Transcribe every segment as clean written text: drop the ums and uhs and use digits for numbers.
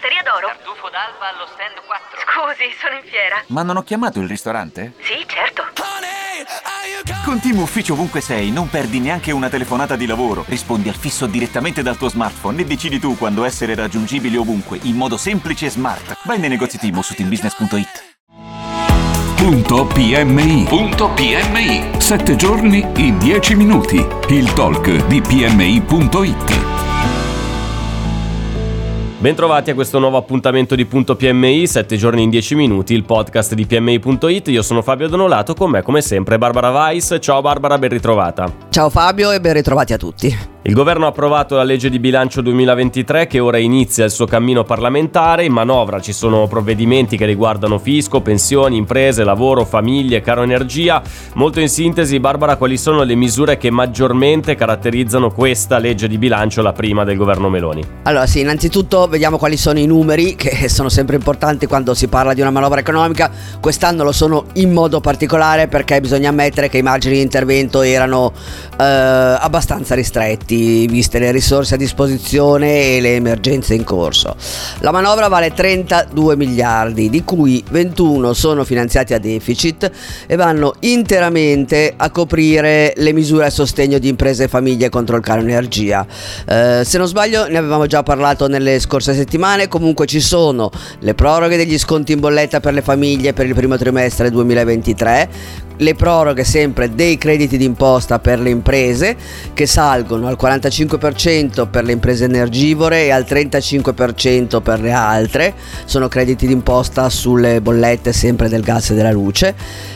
Osteria d'Oro. Tartufo d'alba allo stand 4. Scusi, sono in fiera. Ma non ho chiamato il ristorante? Sì, certo. Con Team Ufficio ovunque sei, non perdi neanche una telefonata di lavoro. Rispondi al fisso direttamente dal tuo smartphone e decidi tu quando essere raggiungibile ovunque, in modo semplice e smart. Vai nei negozi Team o su teambusiness.it. PMI. 7 giorni in 10 minuti. Il talk di PMI.it. Bentrovati a questo nuovo appuntamento di Punto PMI, 7 giorni in 10 minuti, il podcast di PMI.it. Io sono Fabio Donolato, con me come sempre Barbara Weiss. Ciao Barbara, ben ritrovata. Ciao Fabio e ben ritrovati a tutti. Il governo ha approvato la legge di bilancio 2023 che ora inizia il suo cammino parlamentare. In manovra ci sono provvedimenti che riguardano fisco, pensioni, imprese, lavoro, famiglie, caro energia. Molto in sintesi, Barbara, quali sono le misure che maggiormente caratterizzano questa legge di bilancio, la prima del governo Meloni? Allora sì, innanzitutto vediamo quali sono i numeri, che sono sempre importanti quando si parla di una manovra economica. Quest'anno lo sono in modo particolare perché bisogna ammettere che i margini di intervento erano abbastanza ristretti, viste le risorse a disposizione e le emergenze in corso. La manovra vale 32 miliardi, di cui 21 sono finanziati a deficit e vanno interamente a coprire le misure a sostegno di imprese e famiglie contro il caro energia. Se non sbaglio ne avevamo già parlato nelle scorse settimane. Comunque ci sono le proroghe degli sconti in bolletta per le famiglie per il primo trimestre 2023, le proroghe sempre dei crediti d'imposta per le imprese che salgono al 45% per le imprese energivore e al 35% per le altre. Sono crediti d'imposta sulle bollette sempre del gas e della luce,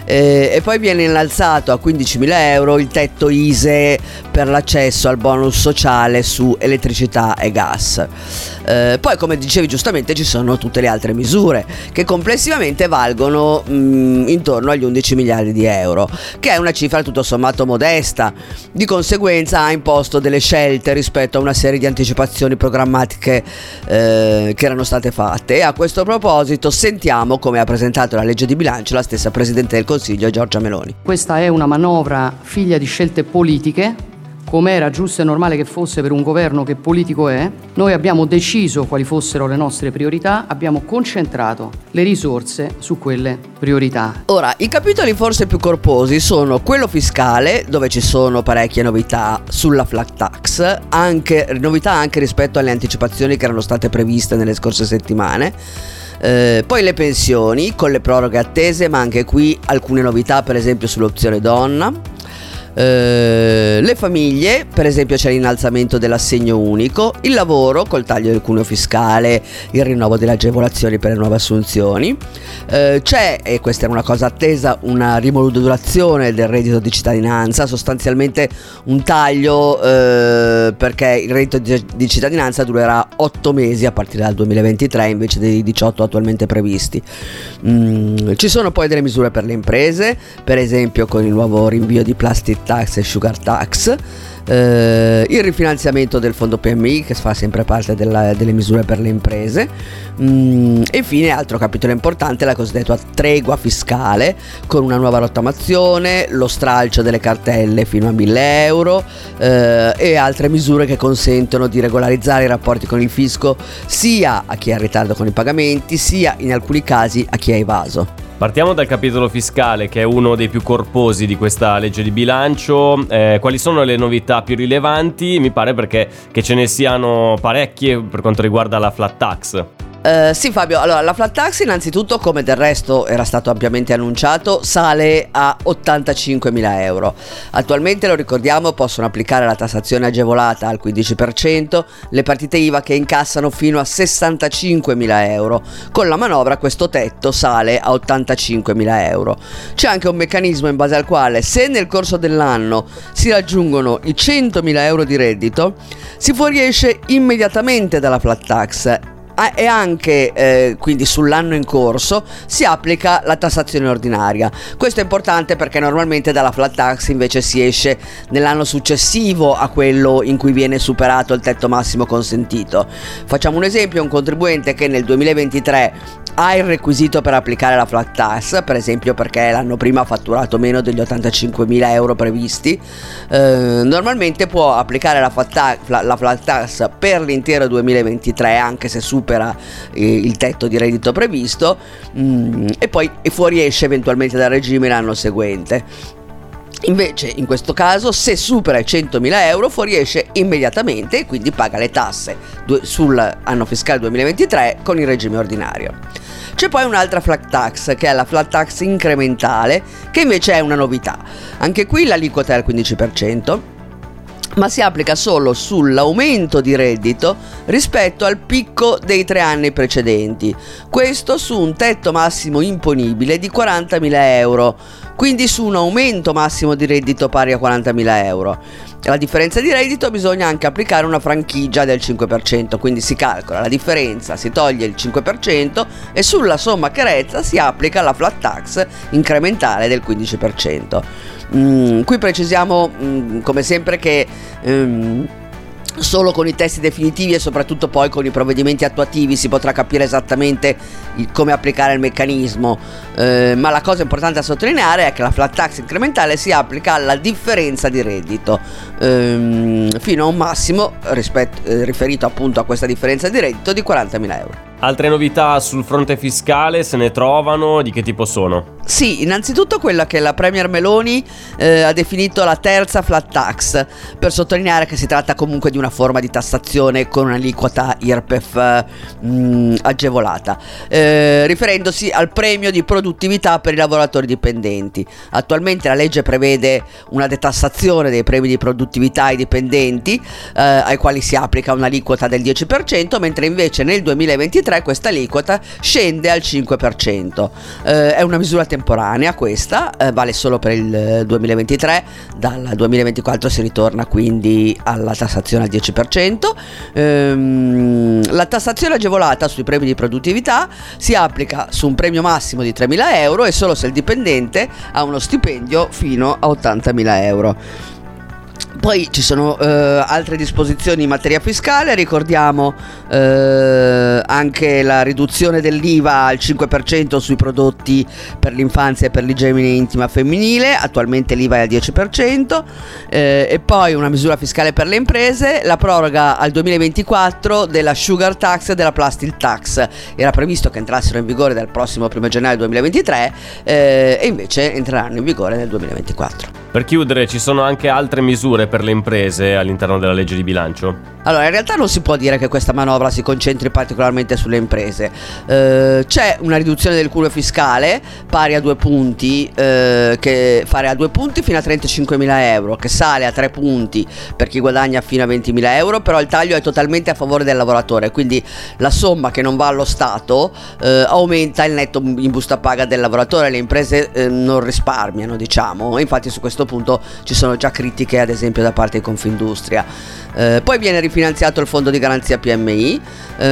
e poi viene innalzato a 15.000 euro il tetto ISEE per l'accesso al bonus sociale su elettricità e gas. Poi, come dicevi giustamente, ci sono tutte le altre misure che complessivamente valgono intorno agli 11 miliardi di euro, che è una cifra tutto sommato modesta. Di conseguenza ha imposto delle scelte rispetto a una serie di anticipazioni programmatiche che erano state fatte, e a questo proposito sentiamo come ha presentato la legge di bilancio la stessa Presidente del Consiglio Giorgia Meloni. Questa è una manovra figlia di scelte politiche, come era giusto e normale che fosse per un governo che politico è. Noi abbiamo deciso quali fossero le nostre priorità, abbiamo concentrato le risorse su quelle priorità. Ora, i capitoli forse più corposi sono quello fiscale, dove ci sono parecchie novità sulla flat tax, novità anche rispetto alle anticipazioni che erano state previste nelle scorse settimane. Poi le pensioni, con le proroghe attese, ma anche qui alcune novità, per esempio sull'opzione donna. Le famiglie, per esempio c'è l'innalzamento dell'assegno unico, il lavoro col taglio del cuneo fiscale, il rinnovo delle agevolazioni per le nuove assunzioni, c'è, e questa è una cosa attesa, una rimodulazione del reddito di cittadinanza, sostanzialmente un taglio perché il reddito di cittadinanza durerà 8 mesi a partire dal 2023 invece dei 18 attualmente previsti. Ci sono poi delle misure per le imprese, per esempio con il nuovo rinvio di plastic tax e sugar tax, il rifinanziamento del fondo PMI che fa sempre parte delle misure per le imprese, e infine altro capitolo importante, la cosiddetta tregua fiscale con una nuova rottamazione, lo stralcio delle cartelle fino a 1.000 euro e altre misure che consentono di regolarizzare i rapporti con il fisco sia a chi è in ritardo con i pagamenti sia in alcuni casi a chi ha evaso. Partiamo dal capitolo fiscale, che è uno dei più corposi di questa legge di bilancio. Quali sono le novità più rilevanti? Mi pare perché che ce ne siano parecchie per quanto riguarda la flat tax. Sì Fabio, allora la flat tax innanzitutto, come del resto era stato ampiamente annunciato, sale a 85.000 euro. Attualmente, lo ricordiamo, possono applicare la tassazione agevolata al 15% le partite IVA che incassano fino a 65.000 euro. Con la manovra questo tetto sale a 85.000 euro. C'è anche un meccanismo in base al quale, se nel corso dell'anno si raggiungono i 100.000 euro di reddito, si fuoriesce immediatamente dalla flat tax e anche quindi sull'anno in corso si applica la tassazione ordinaria. Questo è importante perché normalmente dalla flat tax invece si esce nell'anno successivo a quello in cui viene superato il tetto massimo consentito. Facciamo un esempio: un contribuente che nel 2023 ha il requisito per applicare la flat tax, per esempio perché l'anno prima ha fatturato meno degli 85.000 euro previsti, normalmente può applicare la flat tax per l'intero 2023 anche se supera il tetto di reddito previsto, e poi fuoriesce eventualmente dal regime l'anno seguente. Invece in questo caso se supera i 100.000 euro fuoriesce immediatamente e quindi paga le tasse sull'anno fiscale 2023 con il regime ordinario. C'è poi un'altra flat tax che è la flat tax incrementale, che invece è una novità. Anche qui l'aliquota è al 15%, ma si applica solo sull'aumento di reddito rispetto al picco dei 3 anni precedenti. Questo su un tetto massimo imponibile di 40.000 euro, quindi su un aumento massimo di reddito pari a 40.000 euro. La differenza di reddito bisogna anche applicare una franchigia del 5%, quindi si calcola la differenza, si toglie il 5% e sulla somma che resta si applica la flat tax incrementale del 15%. Qui precisiamo come sempre che solo con i testi definitivi e soprattutto poi con i provvedimenti attuativi si potrà capire esattamente come applicare il meccanismo, ma la cosa importante da sottolineare è che la flat tax incrementale si applica alla differenza di reddito fino a un massimo riferito appunto a questa differenza di reddito di 40.000 euro. Altre novità sul fronte fiscale se ne trovano? Di che tipo sono? Sì, innanzitutto quella che la Premier Meloni ha definito la terza flat tax, per sottolineare che si tratta comunque di una forma di tassazione con un'aliquota IRPEF agevolata, riferendosi al premio di produttività per i lavoratori dipendenti. Attualmente la legge prevede una detassazione dei premi di produttività ai dipendenti ai quali si applica un'aliquota del 10%, mentre invece nel 2023 questa aliquota scende al 5%. È una misura temporanea questa, vale solo per il 2023, dal 2024 si ritorna quindi alla tassazione al 10%. La tassazione agevolata sui premi di produttività si applica su un premio massimo di 3.000 euro e solo se il dipendente ha uno stipendio fino a 80.000 euro. Poi ci sono altre disposizioni in materia fiscale, ricordiamo anche la riduzione dell'IVA al 5% sui prodotti per l'infanzia e per l'igiene intima femminile, attualmente l'IVA è al 10%, e poi una misura fiscale per le imprese, la proroga al 2024 della sugar tax e della plastic tax. Era previsto che entrassero in vigore dal prossimo 1 gennaio 2023 e invece entreranno in vigore nel 2024. Per chiudere, ci sono anche altre misure per le imprese all'interno della legge di bilancio? Allora, in realtà non si può dire che questa manovra si concentri particolarmente sulle imprese. C'è una riduzione del cuneo fiscale pari a 2 punti, che fare a 2 punti fino a 35.000 euro, che sale a 3 punti per chi guadagna fino a 20.000 euro, però il taglio è totalmente a favore del lavoratore, quindi la somma che non va allo Stato aumenta il netto in busta paga del lavoratore. Le imprese non risparmiano, diciamo, e infatti su questo punto ci sono già critiche ad esempio da parte di Confindustria. Poi viene rifinanziato il fondo di garanzia PMI,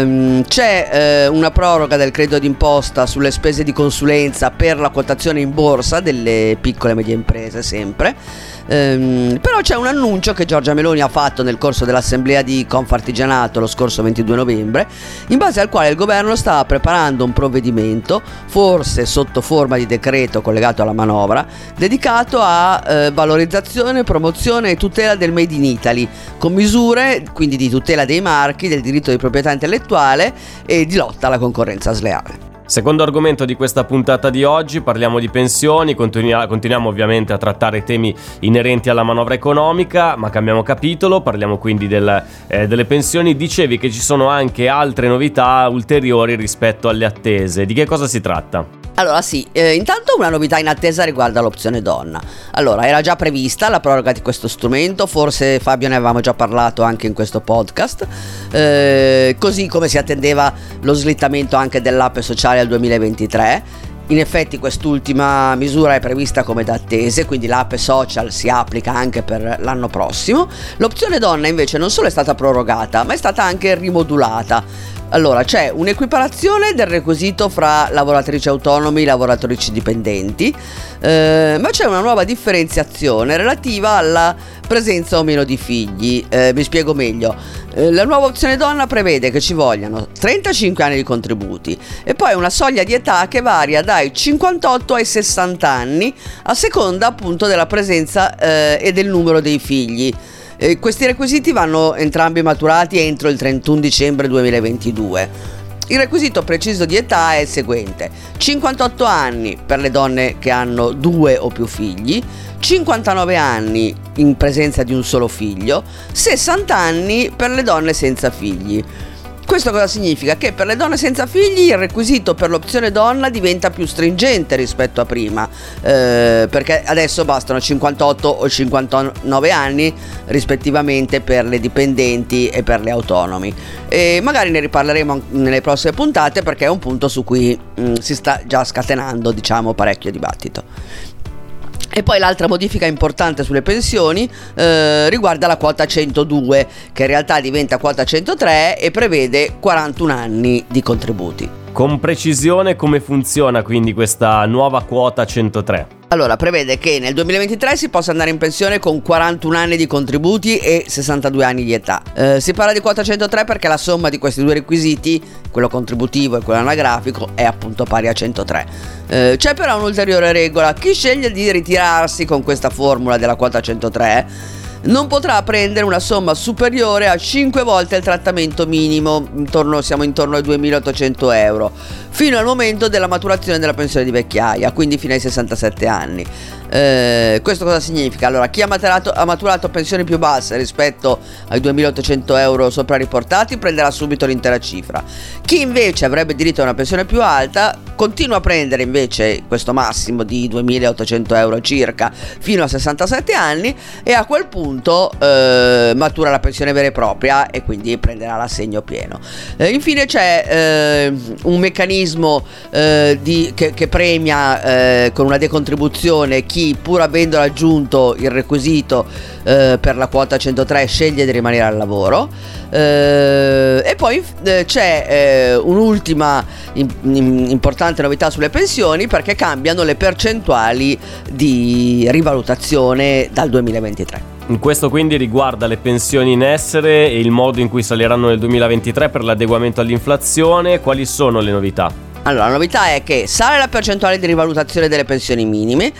c'è una proroga del credito d'imposta sulle spese di consulenza per la quotazione in borsa delle piccole e medie imprese sempre. Però c'è un annuncio che Giorgia Meloni ha fatto nel corso dell'assemblea di Confartigianato lo scorso 22 novembre, in base al quale il governo stava preparando un provvedimento, forse sotto forma di decreto collegato alla manovra, dedicato a valorizzazione, promozione e tutela del Made in Italy, con misure quindi di tutela dei marchi, del diritto di proprietà intellettuale e di lotta alla concorrenza sleale. Secondo argomento di questa puntata di oggi, parliamo di pensioni, continuiamo ovviamente a trattare temi inerenti alla manovra economica, ma cambiamo capitolo, parliamo quindi delle pensioni. Dicevi che ci sono anche altre novità ulteriori rispetto alle attese, di che cosa si tratta? Allora sì, intanto una novità in attesa riguarda l'opzione donna. Allora, era già prevista la proroga di questo strumento, forse Fabio ne avevamo già parlato anche in questo podcast, così come si attendeva lo slittamento anche dell'APE sociale al 2023. In effetti quest'ultima misura è prevista come da attese, quindi l'APE social si applica anche per l'anno prossimo. L'opzione donna invece non solo è stata prorogata, ma è stata anche rimodulata. Allora, c'è un'equiparazione del requisito fra lavoratrici autonomi e lavoratrici dipendenti, ma c'è una nuova differenziazione relativa alla presenza o meno di figli. Mi spiego meglio. La nuova opzione donna prevede che ci vogliano 35 anni di contributi e poi una soglia di età che varia dai 58 ai 60 anni a seconda appunto della presenza e del numero dei figli. Questi requisiti vanno entrambi maturati entro il 31 dicembre 2022. Il requisito preciso di età è il seguente: 58 anni per le donne che hanno 2 o più figli, 59 anni in presenza di un solo figlio, 60 anni per le donne senza figli. Questo cosa significa? Che per le donne senza figli il requisito per l'opzione donna diventa più stringente rispetto a prima, perché adesso bastano 58 o 59 anni rispettivamente per le dipendenti e per le autonomi. E magari ne riparleremo nelle prossime puntate, perché è un punto su cui si sta già scatenando, diciamo, parecchio dibattito. E poi l'altra modifica importante sulle pensioni riguarda la quota 102, che in realtà diventa quota 103 e prevede 41 anni di contributi. Con precisione, come funziona quindi questa nuova quota 103? Allora, prevede che nel 2023 si possa andare in pensione con 41 anni di contributi e 62 anni di età. Si parla di quota 103 perché la somma di questi due requisiti, quello contributivo e quello anagrafico, è appunto pari a 103. C'è però un'ulteriore regola: chi sceglie di ritirarsi con questa formula della quota 103 non potrà prendere una somma superiore a 5 volte il trattamento minimo, siamo intorno ai 2.800 euro, fino al momento della maturazione della pensione di vecchiaia, quindi fino ai 67 anni. Questo cosa significa? Allora, chi ha maturato pensioni più basse rispetto ai 2.800 euro sopra riportati prenderà subito l'intera cifra. Chi invece avrebbe diritto a una pensione più alta continua a prendere invece questo massimo di 2.800 euro circa fino a 67 anni e a quel punto matura la pensione vera e propria e quindi prenderà l'assegno pieno. Infine c'è un meccanismo che premia con una decontribuzione chi, pur avendo raggiunto il requisito per la quota 103, sceglie di rimanere al lavoro. E poi c'è un'ultima importante novità sulle pensioni, perché cambiano le percentuali di rivalutazione dal 2023. Questo quindi riguarda le pensioni in essere e il modo in cui saliranno nel 2023 per l'adeguamento all'inflazione. Quali sono le novità? Allora, la novità è che sale la percentuale di rivalutazione delle pensioni minime,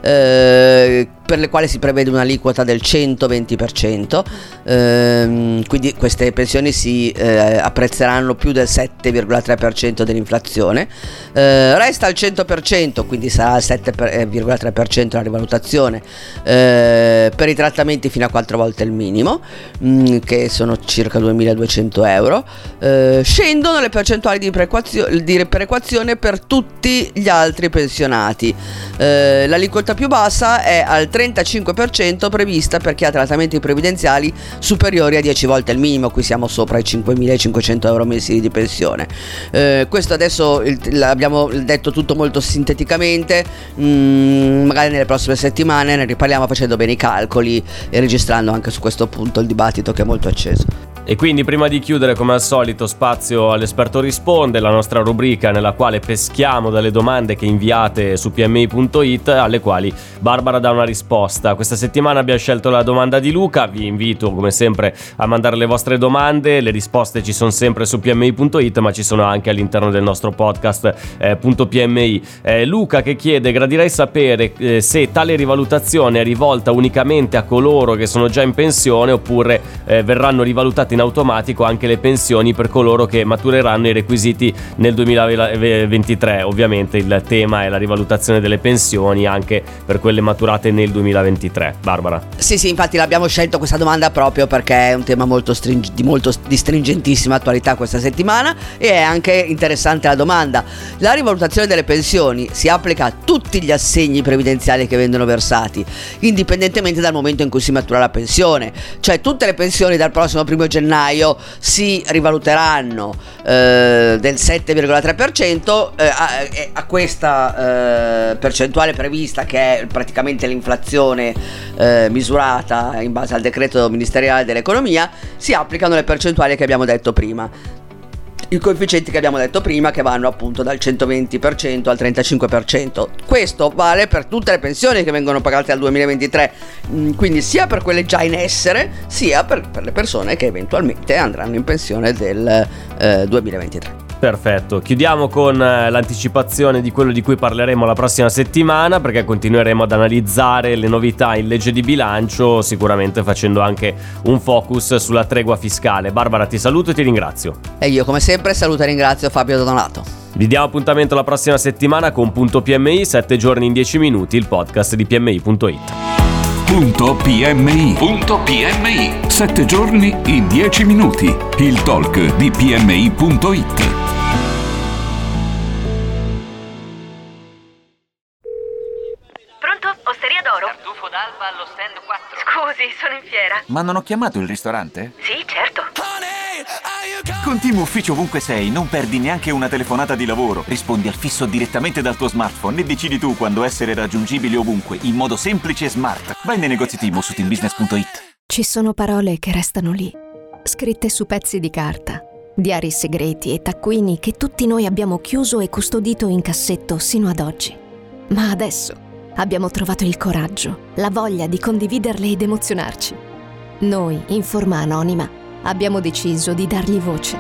per le quali si prevede un'aliquota del 120%, quindi queste pensioni si apprezzeranno più del 7,3% dell'inflazione. Resta al 100%, quindi sarà al 7,3% la rivalutazione per i trattamenti fino a 4 volte il minimo, che sono circa 2.200 euro. Scendono le percentuali di perequazione per tutti gli altri pensionati. L'aliquota più bassa è al 35% prevista per chi ha trattamenti previdenziali superiori a 10 volte il minimo. Qui siamo sopra i 5.500 euro mensili di pensione. Questo adesso l'abbiamo detto tutto molto sinteticamente, magari nelle prossime settimane ne riparliamo facendo bene i calcoli e registrando anche su questo punto il dibattito, che è molto acceso. E quindi, prima di chiudere, come al solito, spazio all'Esperto Risponde, la nostra rubrica nella quale peschiamo dalle domande che inviate su pmi.it, alle quali Barbara dà una risposta. Questa settimana abbiamo scelto la domanda di Luca. Vi invito come sempre a mandare le vostre domande. Le risposte ci sono sempre su pmi.it, ma ci sono anche all'interno del nostro podcast .pmi. Luca che chiede: gradirei sapere se tale rivalutazione è rivolta unicamente a coloro che sono già in pensione, oppure verranno rivalutate in automatico anche le pensioni per coloro che matureranno i requisiti nel 2023. Ovviamente il tema è la rivalutazione delle pensioni anche per quelle maturate nel 2023. Barbara? Sì, infatti l'abbiamo scelto questa domanda proprio perché è un tema di stringentissima attualità questa settimana, e è anche interessante la domanda. La rivalutazione delle pensioni si applica a tutti gli assegni previdenziali che vengono versati, indipendentemente dal momento in cui si matura la pensione. Cioè, tutte le pensioni dal prossimo 1 gennaio si rivaluteranno del 7,3% a questa percentuale prevista, che è praticamente l'inflazione misurata in base al decreto ministeriale dell'economia. Si applicano le percentuali che abbiamo detto prima. i coefficienti che abbiamo detto prima, che vanno appunto dal 120% al 35%. Questo vale per tutte le pensioni che vengono pagate dal 2023, quindi sia per quelle già in essere, sia per le persone che eventualmente andranno in pensione del 2023. Perfetto, chiudiamo con l'anticipazione di quello di cui parleremo la prossima settimana, perché continueremo ad analizzare le novità in legge di bilancio, sicuramente facendo anche un focus sulla tregua fiscale. Barbara, ti saluto e ti ringrazio. E io come sempre saluto e ringrazio Fabio Donato. Vi diamo appuntamento la prossima settimana con Punto PMI, 7 giorni in 10 minuti, il podcast di PMI.it. Punto PMI. Punto PMI. 7 giorni in 10 minuti. Il talk di PMI.it. Pronto? Osteria d'oro? Tartufo d'alba allo stand 4. Scusi, sono in fiera. Ma non ho chiamato il ristorante? Sì, certo. Con Team Ufficio ovunque sei, non perdi neanche una telefonata di lavoro. Rispondi al fisso direttamente dal tuo smartphone e decidi tu quando essere raggiungibile ovunque, in modo semplice e smart. Vai nei negozi Team o su teambusiness.it. Ci sono parole che restano lì, scritte su pezzi di carta, diari segreti e taccuini che tutti noi abbiamo chiuso e custodito in cassetto sino ad oggi. Ma adesso abbiamo trovato il coraggio, la voglia di condividerle ed emozionarci. Noi, in forma anonima, abbiamo deciso di dargli voce.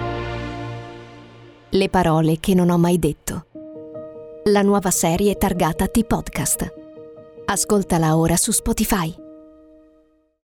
Le parole che non ho mai detto. La nuova serie targata T-Podcast. Ascoltala ora su Spotify.